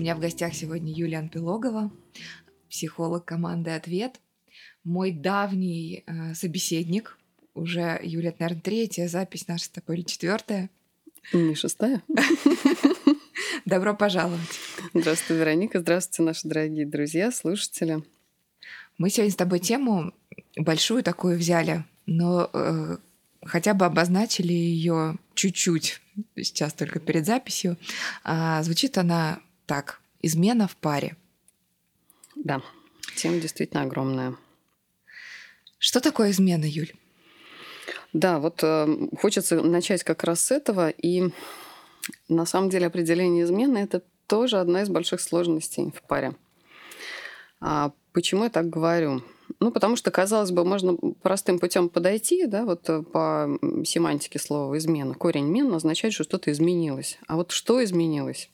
меня в гостях сегодня Юлия Анпилогова, психолог команды «Ответ». Мой давний собеседник. Уже, Юля, это, наверное, третья запись наша с тобой или четвертая. Не шестая. Добро пожаловать. Здравствуй, Вероника. Здравствуйте, наши дорогие друзья, слушатели. Мы сегодня с тобой тему большую такую взяли, но хотя бы обозначили ее чуть-чуть, сейчас только перед записью. Звучит она так: измена в паре. Да, тема действительно огромная. Что такое измена, Юль? Да, вот хочется начать как раз с этого. И на самом деле определение измены – это тоже одна из больших сложностей в паре. Почему я так говорю? Потому что, казалось бы, можно простым путем подойти, да, вот по семантике слова измена. Корень мен означает, что что-то изменилось. А вот что изменилось?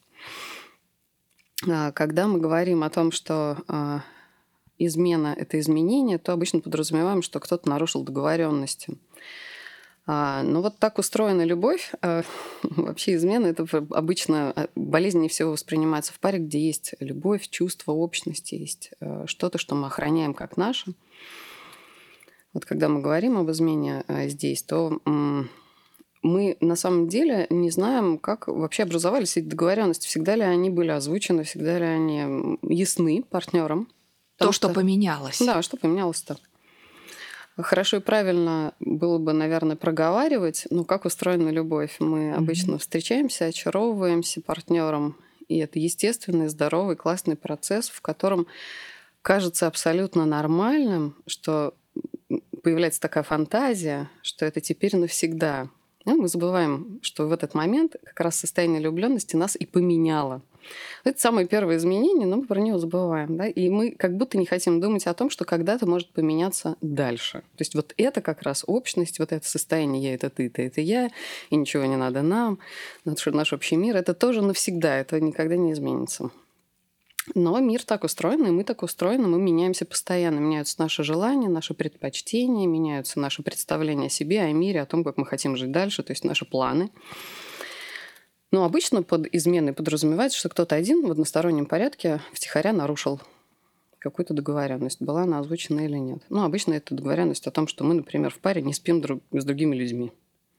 Когда мы говорим о том, что измена – это изменение, то обычно подразумеваем, что кто-то нарушил договоренности. Но вот так устроена любовь. Вообще измена – это обычно болезненнее всего воспринимается в паре, где есть любовь, чувство, общность, есть что-то, что мы охраняем как наше. Вот когда мы говорим об измене здесь, то мы на самом деле не знаем, как вообще образовались эти договоренности, всегда ли они были озвучены, всегда ли они ясны партнерам. То, что поменялось. Да, что поменялось-то. Хорошо и правильно было бы, наверное, проговаривать, как устроена любовь. Мы обычно встречаемся, очаровываемся партнером, и это естественный, здоровый, классный процесс, в котором кажется абсолютно нормальным, что появляется такая фантазия, что это теперь навсегда. Мы забываем, что в этот момент как раз состояние влюбленности нас и поменяло. Это самое первое изменение, но мы про него забываем. Да? И мы как будто не хотим думать о том, что когда-то может поменяться дальше. То есть вот это как раз общность, вот это состояние «я – это ты это я», и ничего не надо нам, наш общий мир – это тоже навсегда, это никогда не изменится. Но мир так устроен, и мы так устроены, мы меняемся постоянно. Меняются наши желания, наши предпочтения, меняются наши представления о себе, о мире, о том, как мы хотим жить дальше, то есть наши планы. Но обычно под изменой подразумевается, что кто-то один в одностороннем порядке втихаря нарушил какую-то договоренность, была она озвучена или нет. Обычно это договоренность о том, что мы, например, в паре не спим с другими людьми.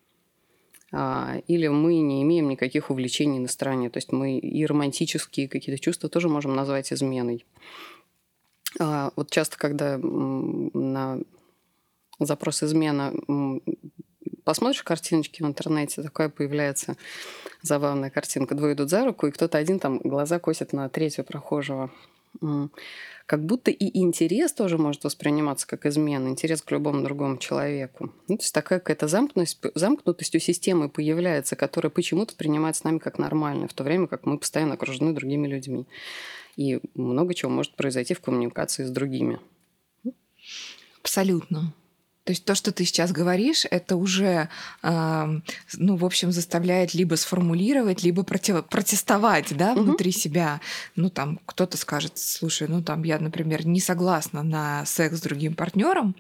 Или мы не имеем никаких увлечений на стороне. То есть мы и романтические какие-то чувства тоже можем назвать изменой. Вот часто, когда на запрос «измена» посмотришь картиночки в интернете, такая появляется забавная картинка. Двое идут за руку, и кто-то один там глаза косит на третьего прохожего. Как будто и интерес тоже может восприниматься как измена, интерес к любому другому человеку. То есть такая какая-то замкнутость у системы появляется, которая почему-то принимается нами как нормальная, в то время как мы постоянно окружены другими людьми. И много чего может произойти в коммуникации с другими. Абсолютно. То есть то, что ты сейчас говоришь, это уже, в общем, заставляет либо сформулировать, либо протестовать, да, внутри себя. Там кто-то скажет: слушай, я, например, не согласна на секс с другим партнером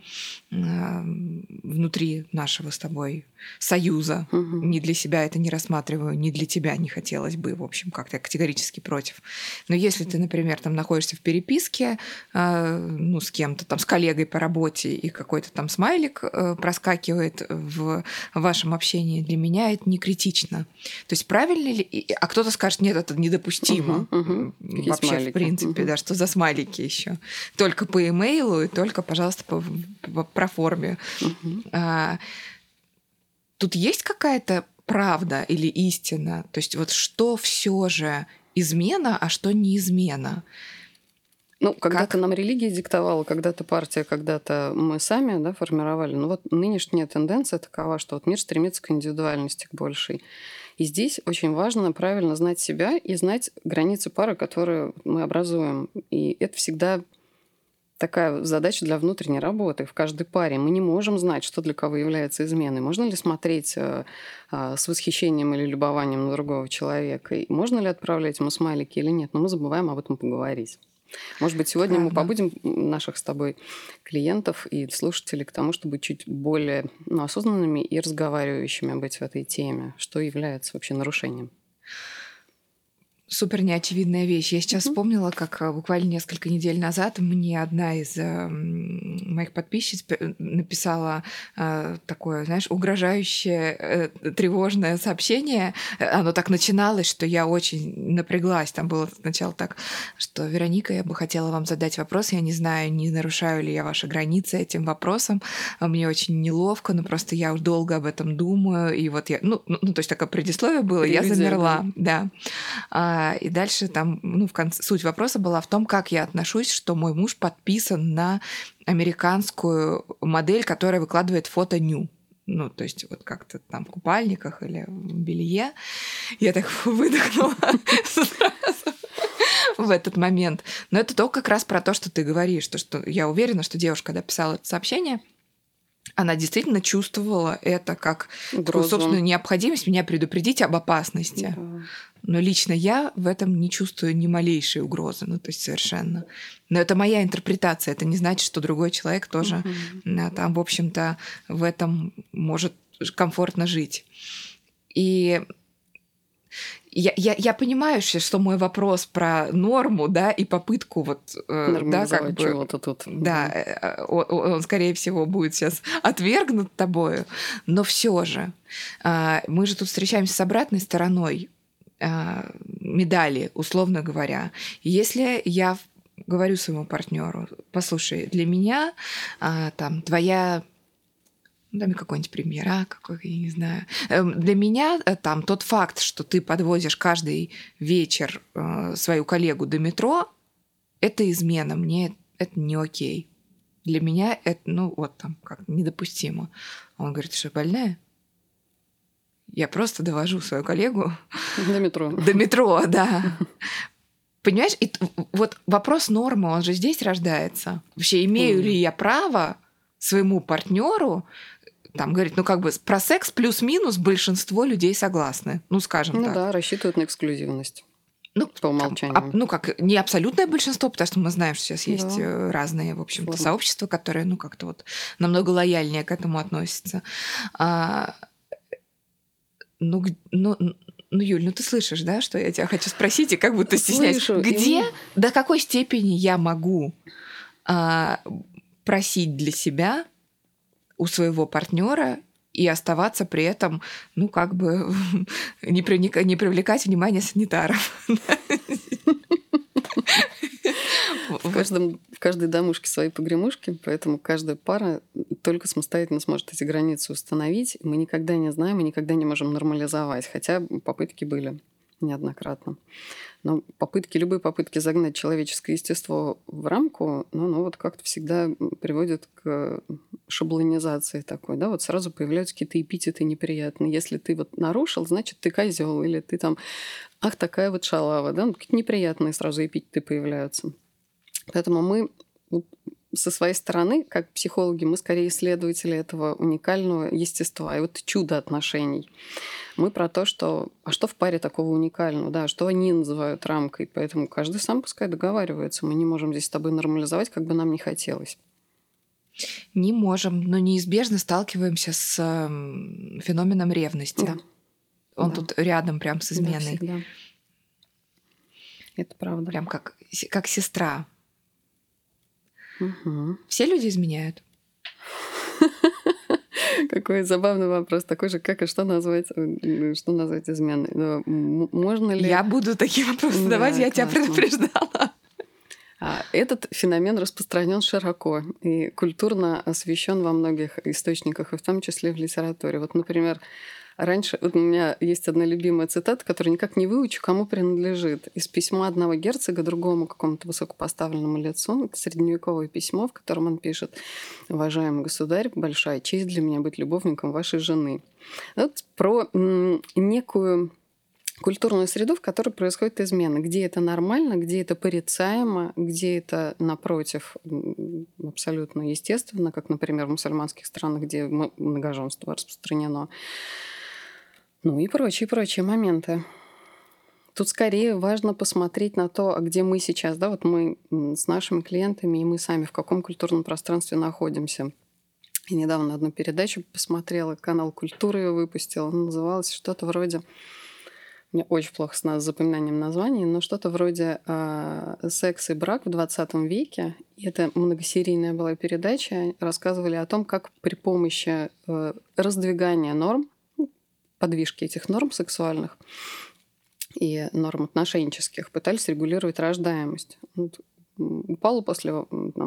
внутри нашего с тобой союза. Не для себя это не рассматриваю, не для тебя не хотелось бы, в общем, как-то категорически против. Но если ты, например, там находишься в переписке, с кем-то, там, с коллегой по работе, и какой-то там смайлик проскакивает в вашем общении, для меня это не критично. То есть правильно ли? А кто-то скажет: нет, это недопустимо. Вообще, смайлики? В принципе, да, что за смайлики еще? Только по имейлу и только, пожалуйста, по проформе. Тут есть какая-то правда или истина? То есть вот что все же измена, а что не измена? Когда-то нам религия диктовала, когда-то партия, когда-то мы сами формировали. Но вот нынешняя тенденция такова, что мир стремится к индивидуальности, к большей. И здесь очень важно правильно знать себя и знать границы пары, которые мы образуем. И это всегда такая задача для внутренней работы в каждой паре. Мы не можем знать, что для кого является изменой. Можно ли смотреть с восхищением или любованием на другого человека? И можно ли отправлять ему смайлики или нет? Но мы забываем об этом поговорить. Может быть, сегодня мы побудем наших с тобой клиентов и слушателей к тому, чтобы быть чуть более осознанными и разговаривающими быть в этой теме. Что является вообще нарушением? Супер неочевидная вещь. Я сейчас вспомнила, как буквально несколько недель назад мне одна из моих подписчиц написала такое, знаешь, угрожающее, тревожное сообщение. Оно так начиналось, что я очень напряглась. Там было сначала так, что «Вероника, я бы хотела вам задать вопрос. Я не знаю, не нарушаю ли я ваши границы этим вопросом. Мне очень неловко, но просто я уж долго об этом думаю». И вот я... Ну, то есть такое предисловие было, я замерла. Да. И дальше там, в конце, суть вопроса была в том, как я отношусь, что мой муж подписан на американскую модель, которая выкладывает фото ню. Ну, то есть вот как-то там в купальниках или в белье. Я так выдохнула сразу в этот момент. Но это только как раз про то, что ты говоришь, что я уверена, что девушка, когда писала это сообщение, она действительно чувствовала это как такую собственную необходимость меня предупредить об опасности. Да. Но лично я в этом не чувствую ни малейшей угрозы, то есть совершенно. Но это моя интерпретация, это не значит, что другой человек тоже там, в общем-то, в этом может комфортно жить. И я понимаю, что мой вопрос про норму, да, и попытку вот... Нормализовать, да, как бы, чего-то тут. Да, он, скорее всего, будет сейчас отвергнут тобою, но все же мы же тут встречаемся с обратной стороной медали, условно говоря. Если я говорю своему партнеру: послушай, для меня там твоя... Дай мне какой-нибудь пример, какой, я не знаю. Для меня там тот факт, что ты подвозишь каждый вечер свою коллегу до метро, это измена, мне это не окей. Для меня это, как недопустимо. Он говорит: ты что, больная? Я просто довожу свою коллегу до метро. До метро, да. Понимаешь, и вот вопрос нормы, он же здесь рождается. Вообще, имею ли я право своему партнеру там говорить, про секс плюс-минус большинство людей согласны, скажем так. Да, рассчитывают на эксклюзивность. По умолчанию. Не абсолютное большинство, потому что мы знаем, что сейчас есть разные, в общем-то, сообщества, которые, как-то вот намного лояльнее к этому относятся. Юль, ты слышишь, да, что я тебя хочу спросить, и как будто стесняюсь. Где, до какой степени я могу просить для себя у своего партнера и оставаться при этом, не привлекать внимание санитаров? В каждой домушке свои погремушки, поэтому каждая пара только самостоятельно сможет эти границы установить. Мы никогда не знаем, мы никогда не можем нормализовать, хотя попытки были неоднократно. Но любые попытки загнать человеческое естество в рамку, вот как-то всегда приводят к шаблонизации такой, да, вот сразу появляются какие-то эпитеты неприятные. Если ты вот нарушил, значит, ты козел, или ты там, ах, такая вот шалава, да, какие-то неприятные сразу эпитеты появляются. Поэтому мы со своей стороны, как психологи, мы скорее исследователи этого уникального естества и вот чудо отношений. Мы про то, что что в паре такого уникального, да, что они называют рамкой. Поэтому каждый сам пускай договаривается. Мы не можем здесь с тобой нормализовать, как бы нам не хотелось. Не можем, но неизбежно сталкиваемся с феноменом ревности. Да. Он тут рядом прям с изменой. Да, всегда. Это правда. Прям как сестра. Угу. Все люди изменяют. Какой забавный вопрос. Такой же, как и что назвать изменой? Можно ли... Я буду такие вопросы задавать, я тебя предупреждала. Этот феномен распространен широко и культурно освещен во многих источниках, и в том числе в литературе. Вот, например, раньше у меня есть одна любимая цитата, которую никак не выучу, кому принадлежит. Из письма одного герцога другому какому-то высокопоставленному лицу. Это средневековое письмо, в котором он пишет: «Уважаемый государь, большая честь для меня быть любовником вашей жены». Вот про некую культурную среду, в которой происходит измена. Где это нормально, где это порицаемо, где это, напротив, абсолютно естественно, как, например, в мусульманских странах, где многоженство распространено. И прочие моменты. Тут скорее важно посмотреть на то, где мы сейчас. Да? Вот мы с нашими клиентами, и мы сами в каком культурном пространстве находимся. Я недавно одну передачу посмотрела, канал «Культура» ее выпустил. Она называлась что-то вроде... У меня очень плохо с запоминанием названий, но что-то вроде «Секс и брак в 20 веке». И это многосерийная была передача. Рассказывали о том, как при помощи раздвигания норм, подвижки этих норм сексуальных и норм отношенческих пытались регулировать рождаемость. Упала после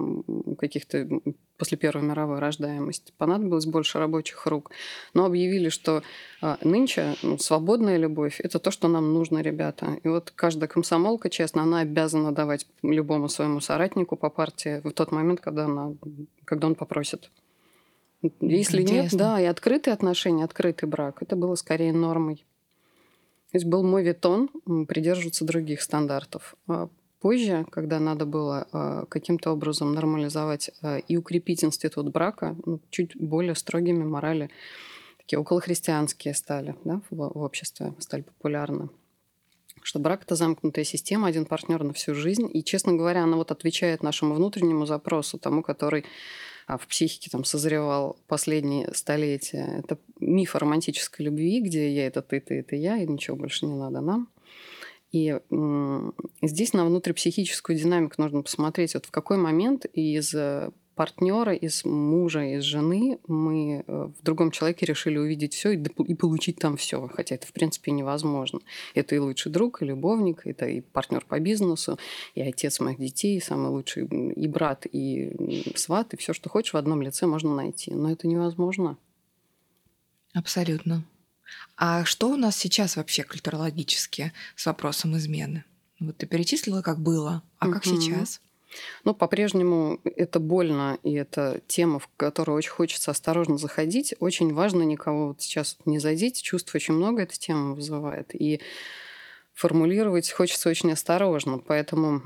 после Первой мировой рождаемости, понадобилось больше рабочих рук. Но объявили, что нынче свободная любовь – это то, что нам нужно, ребята. И вот каждая комсомолка, честно, она обязана давать любому своему соратнику по партии в тот момент, когда он попросит. Если нет, да, и открытые отношения, открытый брак – это было скорее нормой. То есть был моветон придерживаться других стандартов. Позже, когда надо было каким-то образом нормализовать и укрепить институт брака, чуть более строгими морали, такие околохристианские стали, да, в обществе, стали популярны. Что брак – это замкнутая система, один партнер на всю жизнь. И, честно говоря, она вот отвечает нашему внутреннему запросу, тому, который в психике созревал последние столетия. Это миф о романтической любви, где я – это ты – я, и ничего больше не надо нам. И здесь на внутрипсихическую динамику нужно посмотреть, вот в какой момент из партнера, из мужа, из жены мы в другом человеке решили увидеть все и получить там все, хотя это в принципе невозможно. Это и лучший друг, и любовник, это и партнер по бизнесу, и отец моих детей, и самый лучший и брат, и сват, и все, что хочешь, в одном лице можно найти. Но это невозможно. Абсолютно. А что у нас сейчас вообще культурологически с вопросом измены? Вот ты перечислила, как было, а как сейчас? По-прежнему это больно, и это тема, в которую очень хочется осторожно заходить. Очень важно никого вот сейчас не задеть. Чувств очень много эта тема вызывает. И формулировать хочется очень осторожно. Поэтому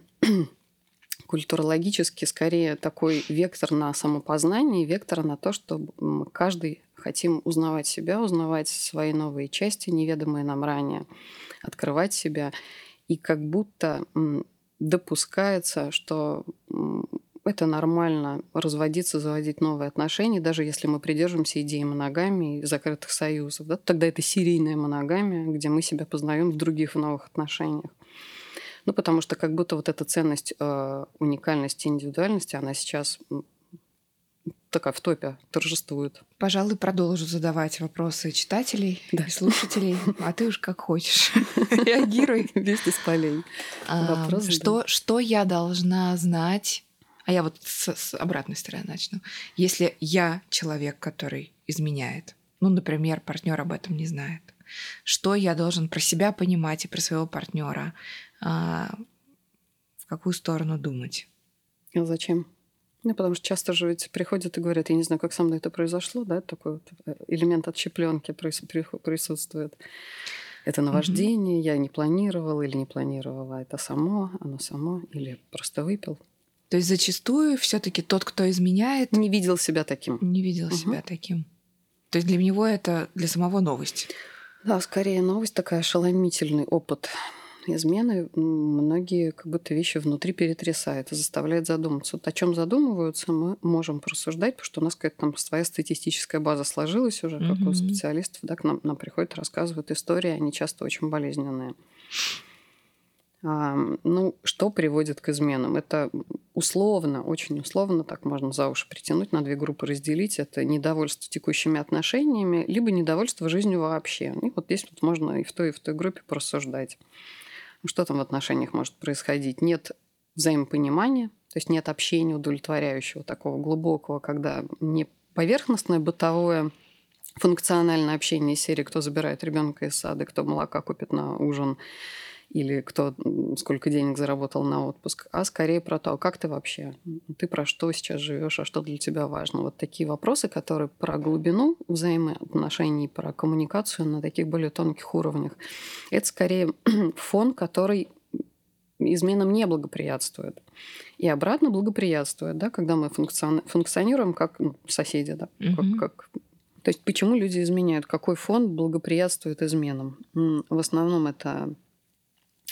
культурологически скорее такой вектор на самопознание, вектор на то, что мы каждый хотим узнавать себя, узнавать свои новые части, неведомые нам ранее, открывать себя. И как будто допускается, что это нормально разводиться, заводить новые отношения, даже если мы придерживаемся идеи моногамии и закрытых союзов. Да? Тогда это серийная моногамия, где мы себя познаем в других новых отношениях. Потому что как будто вот эта ценность уникальности, индивидуальности, она сейчас такая в топе торжествует. Пожалуй, продолжу задавать вопросы читателей и слушателей, а ты уж как хочешь. Реагируй. Весь из полей. Что я должна знать? А я вот с обратной стороны начну. Если я человек, который изменяет, например, партнер об этом не знает, что я должен про себя понимать и про своего партнера, в какую сторону думать? А зачем? Потому что часто же ведь приходят и говорят, я не знаю, как со мной это произошло, да, такой вот элемент отщепленки присутствует. Это наваждение, я не планировала или не планировала, это оно само, или просто выпил. То есть зачастую все-таки тот, кто изменяет, не видел себя таким. Не видел себя таким. То есть для него это для самого новость. Да, скорее новость, такая ошеломительный опыт измены. Многие как будто вещи внутри перетрясает и заставляет задуматься. Вот о чем задумываются, мы можем порассуждать, потому что у нас какая-то там своя статистическая база сложилась уже, как у специалистов, да, к нам приходят, рассказывают истории, они часто очень болезненные. Что приводит к изменам? Это условно, очень условно, так можно за уши притянуть, на две группы разделить. Это недовольство текущими отношениями, либо недовольство жизнью вообще. И вот здесь можно и в той группе порассуждать. Что там в отношениях может происходить? Нет взаимопонимания, то есть нет общения удовлетворяющего, такого глубокого, когда не поверхностное бытовое функциональное общение из серии «Кто забирает ребенка из сада, кто молока купит на ужин», или кто сколько денег заработал на отпуск, а скорее про то, как ты вообще, ты про что сейчас живешь, а что для тебя важно. Вот такие вопросы, которые про глубину взаимоотношений, про коммуникацию на таких более тонких уровнях. Это скорее фон, который изменам не благоприятствует. И обратно благоприятствует, да, когда мы функционируем как соседи. Да, То есть почему люди изменяют? Какой фон благоприятствует изменам? В основном это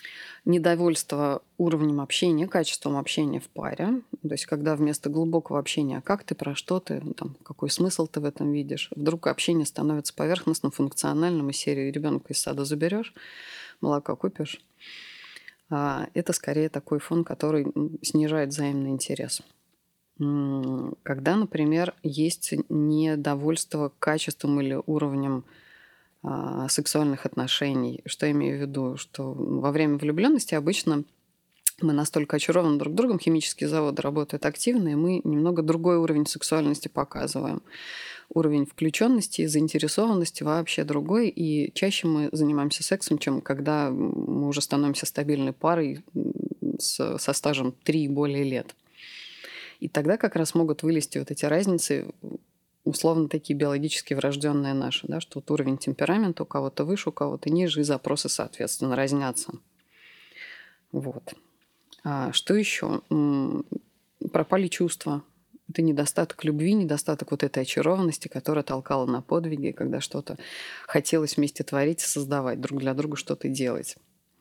Недовольство уровнем общения, качеством общения в паре. То есть когда вместо глубокого общения «как ты, про что ты?», там, какой смысл ты в этом видишь, вдруг общение становится поверхностным, функциональным, из серии «ребенка из сада заберешь, молока купишь». Это скорее такой фон, который снижает взаимный интерес. Когда, например, есть недовольство качеством или уровнем сексуальных отношений. Что я имею в виду? Что во время влюбленности обычно мы настолько очарованы друг другом, химические заводы работают активно, и мы немного другой уровень сексуальности показываем. Уровень включенности и заинтересованности вообще другой, и чаще мы занимаемся сексом, чем когда мы уже становимся стабильной парой со стажем 3 и более лет. И тогда как раз могут вылезти вот эти разницы, условно такие биологически врожденные наши, да, что вот уровень темперамента у кого-то выше, у кого-то ниже, и запросы, соответственно, разнятся. Вот. Что еще? Пропали чувства. Это недостаток любви, недостаток вот этой очарованности, которая толкала на подвиги, когда что-то хотелось вместе творить, создавать, друг для друга что-то делать.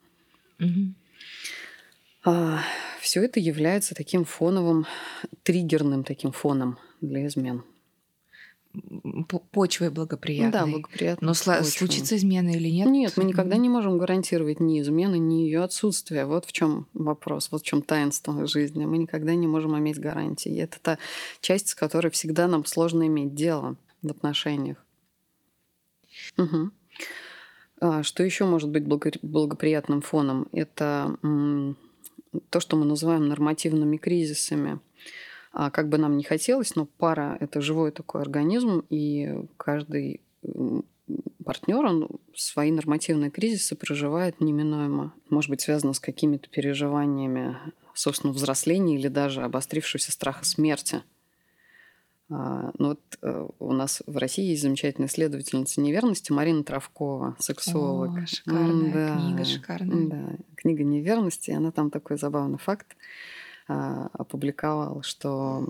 Все это является таким фоновым, триггерным таким фоном для измен. Почвой благоприятной. Да, благоприятной. Но случится измена или нет? Нет, мы никогда не можем гарантировать ни измены, ни ее отсутствие. Вот в чем вопрос, вот в чем таинство жизни. Мы никогда не можем иметь гарантии. Это та часть, с которой всегда нам сложно иметь дело в отношениях. Угу. Что еще может быть благоприятным фоном? Это то, что мы называем нормативными кризисами. Как бы нам ни хотелось, но пара – это живой такой организм, и каждый партнер, он свои нормативные кризисы проживает неминуемо. Может быть, связано с какими-то переживаниями собственного взросления или даже обострившегося страха смерти. Вот у нас в России есть замечательная исследовательница неверности Марина Травкова, сексолог. О, шикарная книга, шикарная. Да, книга неверности, и она там такой забавный факт опубликовал, что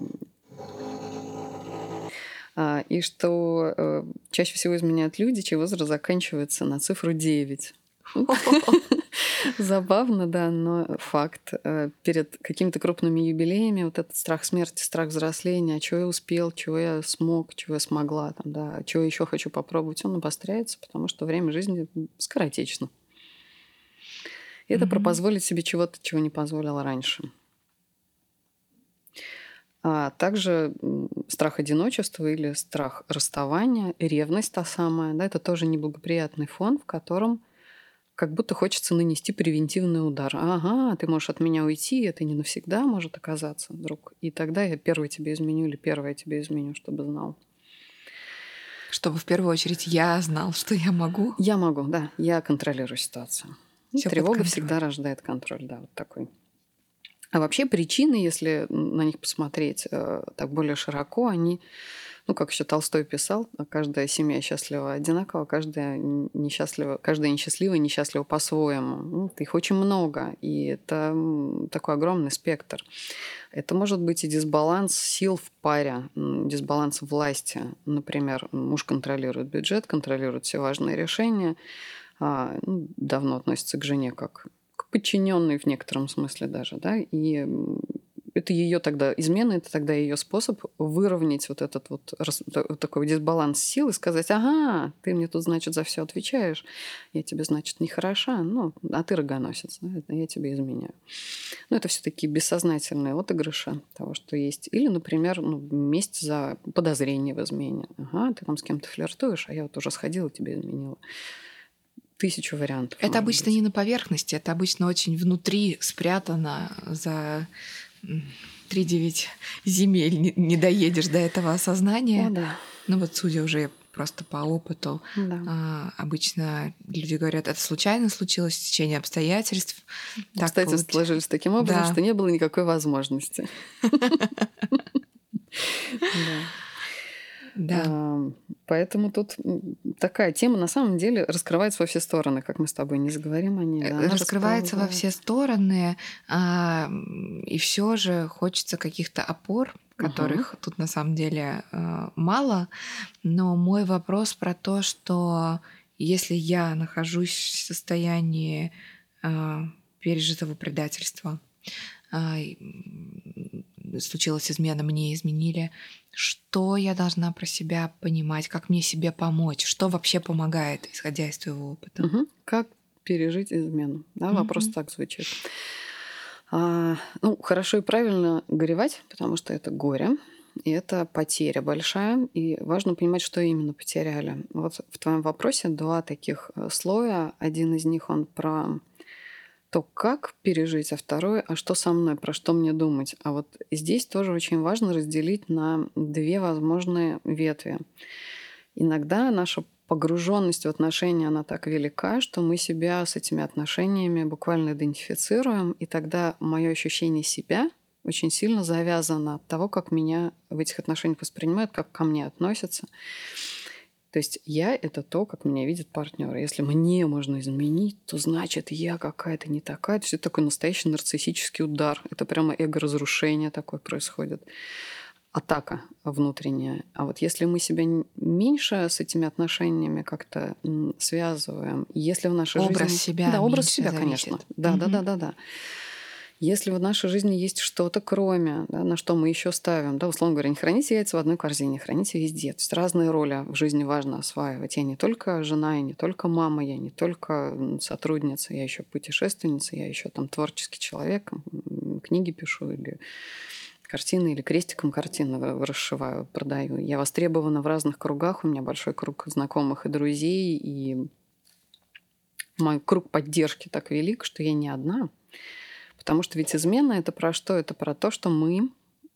чаще всего изменяют люди, чей возраст заканчивается на цифру 9. Забавно, да, но факт. Перед какими-то крупными юбилеями вот этот страх смерти, страх взросления, чего я успел, чего я смог, чего я смогла, там, да, чего еще хочу попробовать, он обостряется, потому что время жизни скоротечно. И это про позволить себе чего-то, чего не позволила раньше. Также страх одиночества или страх расставания, ревность та самая, да, это тоже неблагоприятный фон, в котором как будто хочется нанести превентивный удар. Ага, ты можешь от меня уйти, это не навсегда может оказаться, друг. И тогда я первый тебе изменю или первая тебе изменю, чтобы знал. Чтобы в первую очередь я знал, что я могу. Я могу, да. Я контролирую ситуацию. Тревога всегда рождает контроль, да, вот такой. А вообще причины, если на них посмотреть так более широко, они, как еще Толстой писал, каждая семья счастлива одинаково, каждая несчастлива и несчастлива по-своему. Их очень много, и это такой огромный спектр. Это может быть и дисбаланс сил в паре, дисбаланс власти. Например, муж контролирует бюджет, контролирует все важные решения, давно относится к жене как к подчиненной в некотором смысле даже, да, и это ее тогда измена, это тогда ее способ выровнять вот этот вот такой дисбаланс сил и сказать: ага, ты мне тут, значит, за все отвечаешь, я тебе, значит, не хороша, а ты рогоносец, да, я тебе изменяю. Это все такие бессознательные отыгрыши того, что есть. Или, например, месть за подозрение в измене. Ага, ты там с кем-то флиртуешь, а я вот уже сходила, тебе изменила. 1000 вариантов. Это обычно не на поверхности, это обычно очень внутри спрятано за 3-9 земель. Не доедешь до этого осознания. Да. Судя уже просто по опыту, обычно люди говорят, это случайно случилось, в течение обстоятельств. Обстоятельства сложились таким образом, что не было никакой возможности. Да. Поэтому тут такая тема на самом деле раскрывается во все стороны, как мы с тобой не заговорим о ней. Да, раскрывается во все стороны, и все же хочется каких-то опор, которых тут на самом деле мало. Но мой вопрос про то, что если я нахожусь в состоянии пережитого предательства. Случилась измена, мне изменили. Что я должна про себя понимать? Как мне себе помочь? Что вообще помогает, исходя из твоего опыта? Как пережить измену? Да, вопрос так звучит. Хорошо и правильно горевать, потому что это горе, и это потеря большая, и важно понимать, что именно потеряли. Вот в твоем вопросе 2 таких слоя. Один из них он про то, как пережить, а второй, а что со мной, про что мне думать. А вот здесь тоже очень важно разделить на 2 возможные ветви. Иногда наша погруженность в отношения, она так велика, что мы себя с этими отношениями буквально идентифицируем, и тогда мое ощущение себя очень сильно завязано от того, как меня в этих отношениях воспринимают, как ко мне относятся. То есть я — это то, как меня видит партнер. Если мне можно изменить, то значит я какая-то не такая. То есть это такой настоящий нарциссический удар. Это прямо эго-разрушение такое происходит. Атака внутренняя. А вот если мы себя меньше с этими отношениями как-то связываем, если в нашей образ жизни... себя Да, образ меньше себя, зависит. конечно. Да. Если в нашей жизни есть что-то кроме, да, на что мы еще ставим, да, условно говоря, не храните яйца в одной корзине, храните везде. То есть разные роли в жизни важно осваивать. Я не только жена, я не только мама, я не только сотрудница, я еще путешественница, я еще там творческий человек, книги пишу или картины, или крестиком картины расшиваю, продаю. Я востребована в разных кругах, у меня большой круг знакомых и друзей, и мой круг поддержки так велик, что я не одна. Потому что ведь измена — это про что? Это про то, что мы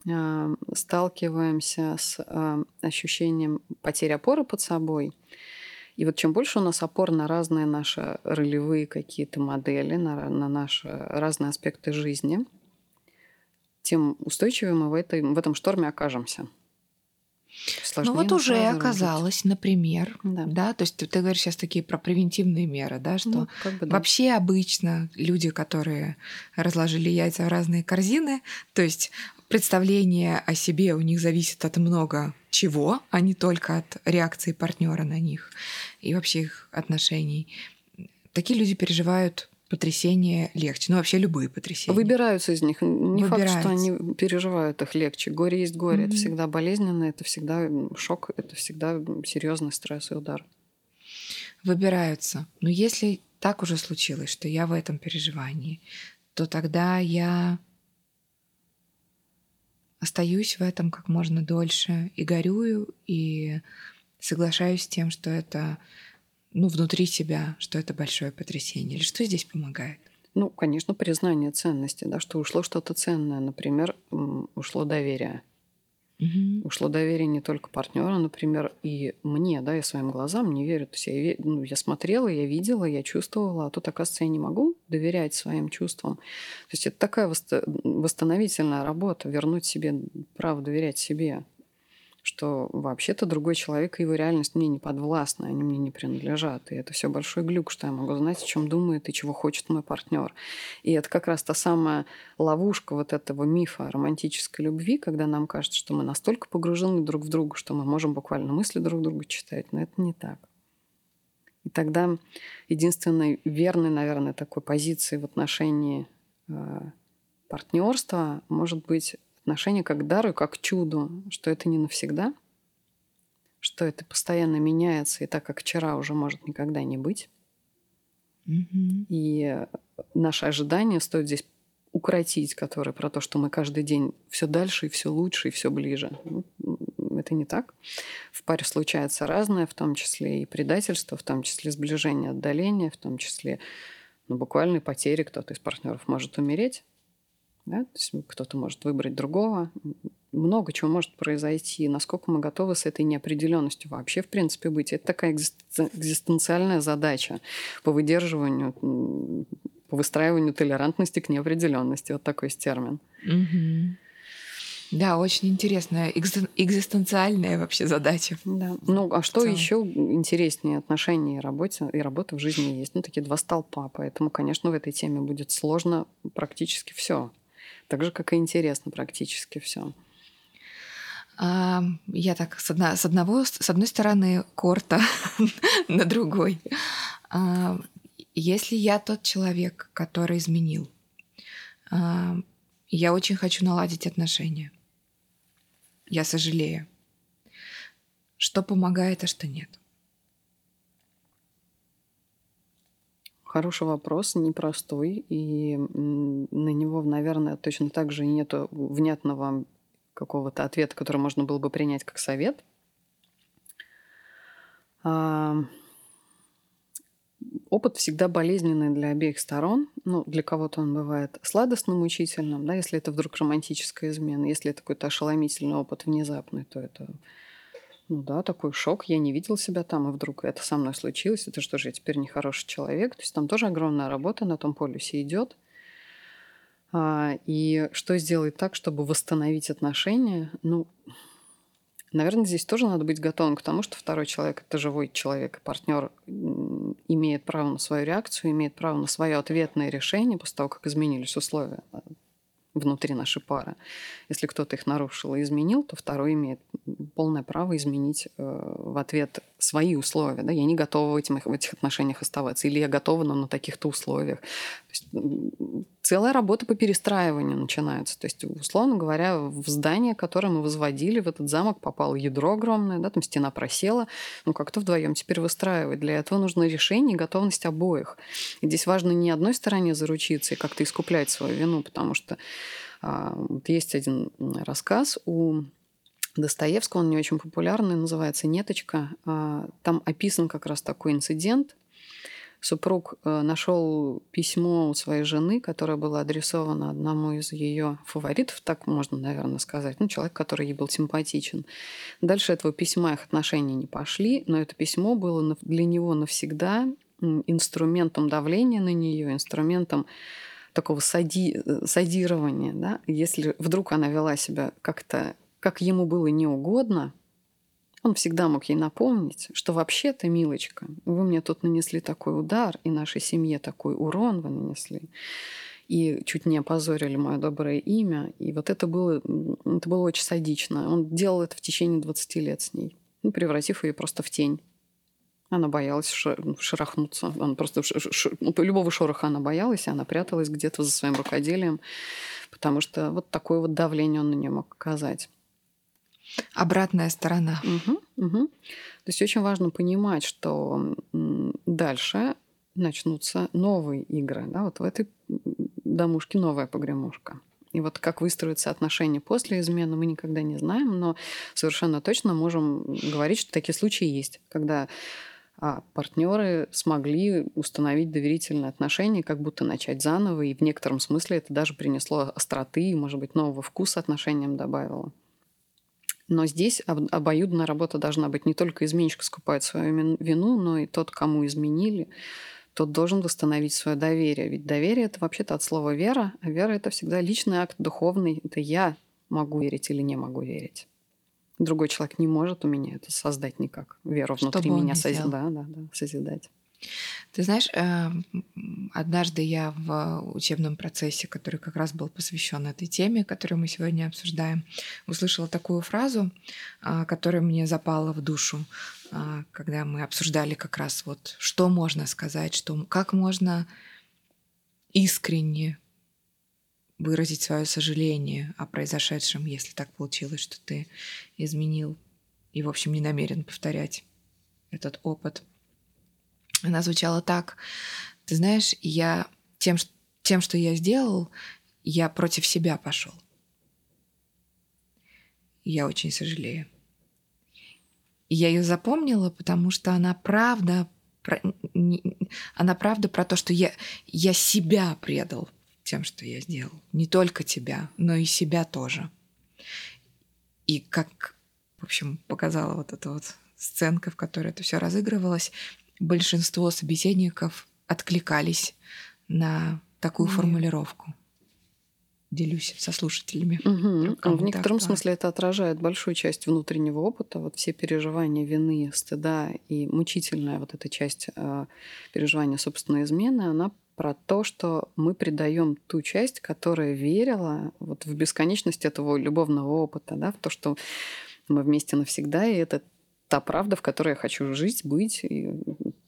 сталкиваемся с ощущением потери опоры под собой. И вот чем больше у нас опор на разные наши ролевые какие-то модели, на наши разные аспекты жизни, тем устойчивее мы в этом шторме окажемся. Ну вот уже оказалось, например, да, то есть ты говоришь сейчас такие про превентивные меры, да, что вообще обычно люди, которые разложили яйца в разные корзины, то есть представление о себе у них зависит от много чего, а не только от реакции партнера на них и вообще их отношений. Такие люди переживают потрясения легче. Ну, вообще любые потрясения. Выбираются из них. Не факт, что они переживают их легче. Горе есть горе. Это всегда болезненно, это всегда шок, это всегда серьезный стресс и удар. Выбираются. Но если так уже случилось, что я в этом переживании, то тогда я остаюсь в этом как можно дольше и горюю, и соглашаюсь с тем, что это внутри себя, что это большое потрясение. Или что здесь помогает? Ну, конечно, признание ценности, да, что ушло что-то ценное. Например, ушло доверие. Ушло доверие не только партнера, например, и мне, да, я своим глазам не верю. То есть я смотрела, я видела, я чувствовала, а тут, оказывается, я не могу доверять своим чувствам. То есть это такая восстановительная работа, вернуть себе право доверять себе, что вообще-то другой человек и его реальность мне не подвластна, они мне не принадлежат. И это все большой глюк, что я могу знать, о чем думает и чего хочет мой партнер. И это как раз та самая ловушка вот этого мифа романтической любви, когда нам кажется, что мы настолько погружены друг в друга, что мы можем буквально мысли друг друга читать, но это не так. И тогда единственной верной, наверное, такой позиции в отношении партнерства может быть отношение как к дару, как к чуду, что это не навсегда, что это постоянно меняется, и так, как вчера, уже может никогда не быть. И наши ожидания стоит здесь укротить, которые про то, что мы каждый день все дальше, и все лучше, и все ближе. Это не так. В паре случается разное, в том числе и предательство, в том числе сближение, отдаление, в том числе буквальные потери. Кто-то из партнеров может умереть. Да? То есть кто-то может выбрать другого. Много чего может произойти. Насколько мы готовы с этой неопределенностью вообще, в принципе, быть. Это такая экзистенциальная задача по выдерживанию, по выстраиванию толерантности к неопределенности. Вот такой есть термин. Да, очень интересная экзистенциальная вообще задача. Да. Ну, а что еще интереснее отношений и работы в жизни есть? Такие 2 столпа. Поэтому, конечно, в этой теме будет сложно практически все. Так же, как и интересно практически все. Я так с одной стороны корта на другой. Если я тот человек, который изменил, я очень хочу наладить отношения. Я сожалею. Что помогает, а что нет? Хороший вопрос, непростой, и на него, наверное, точно так же нету внятного какого-то ответа, который можно было бы принять как совет. Опыт всегда болезненный для обеих сторон. Ну, для кого-то он бывает сладостным, мучительным, да, если это вдруг романтическая измена. Если это какой-то ошеломительный опыт внезапный, то это, ну да, такой шок. Я не видел себя там, и вдруг это со мной случилось. Это что же, я теперь нехороший человек? То есть там тоже огромная работа на том полюсе идет. И что сделать так, чтобы восстановить отношения? Ну, наверное, здесь тоже надо быть готовым к тому, что второй человек – это живой человек, и партнер имеет право на свою реакцию, имеет право на свое ответное решение после того, как изменились условия внутри нашей пары. Если кто-то их нарушил и изменил, то второй имеет полное право изменить в ответ свои условия. Да? Я не готова в этих отношениях оставаться. Или я готова, но на таких-то условиях. То есть, целая работа по перестраиванию начинается. То есть, условно говоря, в здание, которое мы возводили, в этот замок попало ядро огромное, да, там стена просела. Ну, как-то вдвоем теперь выстраивать. Для этого нужно решение и готовность обоих. И здесь важно не одной стороне заручиться и как-то искуплять свою вину, потому что вот есть один рассказ у Достоевского, он не очень популярный, называется «Неточка». Там описан как раз такой инцидент. Супруг нашел письмо у своей жены, которое было адресовано одному из ее фаворитов, так можно, наверное, сказать, ну, человек, который ей был симпатичен. Дальше этого письма их отношения не пошли, но это письмо было для него навсегда инструментом давления на нее, инструментом такого садирования. Да? Если вдруг она вела себя как-то, как ему было неугодно, он всегда мог ей напомнить, что вообще-то, милочка, вы мне тут нанесли такой удар, и нашей семье такой урон вы нанесли, и чуть не опозорили мое доброе имя. И вот это было очень садично. Он делал это в течение 20 лет с ней, превратив ее просто в тень. Она боялась шарахнуться. Она просто любого шороха она боялась, и она пряталась где-то за своим рукоделием, потому что вот такое вот давление он на нее мог оказать. Обратная сторона. То есть очень важно понимать, что дальше начнутся новые игры. Да? Вот в этой домушке новая погремушка. И вот как выстроятся отношения после измены, мы никогда не знаем, но совершенно точно можем говорить, что такие случаи есть, когда партнеры смогли установить доверительные отношения, как будто начать заново, и в некотором смысле это даже принесло остроты, может быть, нового вкуса отношениям добавило. Но здесь обоюдная работа должна быть. Не только изменщик скупает свою вину, но и тот, кому изменили, тот должен восстановить свое доверие. Ведь доверие – это вообще-то от слова «вера», а вера – это всегда личный акт духовный. Это я могу верить или не могу верить. Другой человек не может у меня это создать никак. Веру внутри меня созидать. Ты знаешь, однажды я в учебном процессе, который как раз был посвящен этой теме, которую мы сегодня обсуждаем, услышала такую фразу, которая мне запала в душу, когда мы обсуждали как раз вот, что можно сказать, как можно искренне выразить свое сожаление о произошедшем, если так получилось, что ты изменил и, в общем, не намерен повторять этот опыт. Она звучала так: ты знаешь, я тем, что я сделал, я против себя пошел. Я очень сожалею. И я ее запомнила, потому что она правда про то, что я себя предал тем, что я сделал. Не только тебя, но и себя тоже. И как, в общем, показала вот эта вот сценка, в которой это все разыгрывалось, большинство собеседников откликались на такую формулировку. Делюсь со слушателями. В некотором смысле это отражает большую часть внутреннего опыта. Вот все переживания вины, стыда и мучительная вот эта часть переживания собственной измены, она про то, что мы предаем ту часть, которая верила вот в бесконечность этого любовного опыта, да, в то, что мы вместе навсегда, и это та правда, в которой я хочу жить, быть, и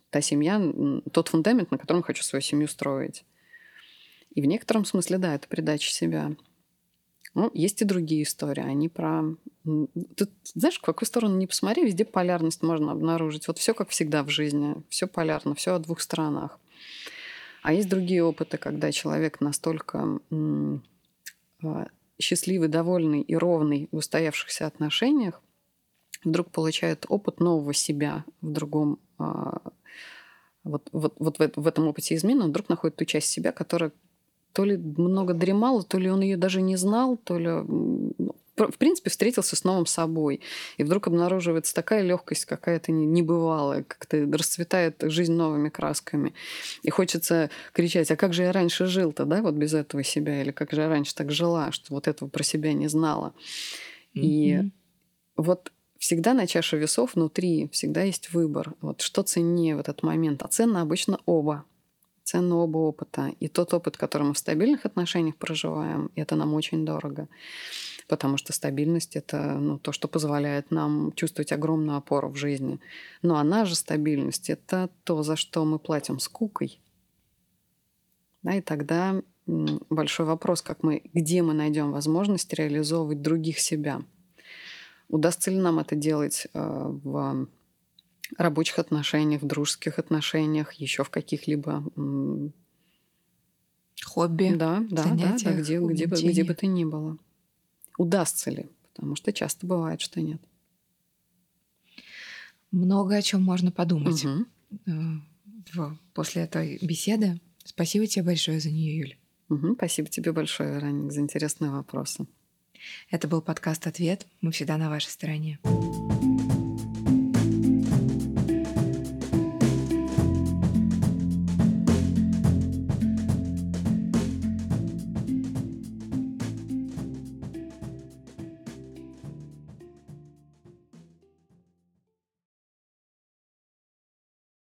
та семья, тот фундамент, на котором хочу свою семью строить. И в некотором смысле, да, это передача себя. Ну, есть и другие истории. Они про... Ты знаешь, в какую сторону ни посмотри, везде полярность можно обнаружить. Вот все как всегда в жизни. Все полярно, все о двух сторонах. А есть другие опыты, когда человек настолько счастливый, довольный и ровный в устоявшихся отношениях, вдруг получает опыт нового себя в другом... Вот в этом опыте измены он вдруг находит ту часть себя, которая то ли много дремала, то ли он ее даже не знал, то ли... В принципе, встретился с новым собой. И вдруг обнаруживается такая легкость какая-то небывалая, как-то расцветает жизнь новыми красками. И хочется кричать: а как же я раньше жил-то, да, вот без этого себя? Или как же я раньше так жила, что вот этого про себя не знала? И вот всегда на чаше весов внутри всегда есть выбор. Вот что ценнее в этот момент? А ценно обычно оба. Ценно оба опыта. И тот опыт, который мы в стабильных отношениях проживаем, это нам очень дорого. Потому что стабильность — это то, что позволяет нам чувствовать огромную опору в жизни. Но она же стабильность — это то, за что мы платим скукой. Да, и тогда большой вопрос, где мы найдем возможность реализовывать других себя. Удастся ли нам это делать в рабочих отношениях, в дружеских отношениях, еще в каких-либо хобби, занятиях, где бы то ни было. Удастся ли? Потому что часто бывает, что нет. Много о чем можно подумать после этой беседы. Спасибо тебе большое за нее, Юль. Спасибо тебе большое, Вероника, за интересные вопросы. Это был подкаст «Ответ». Мы всегда на вашей стороне.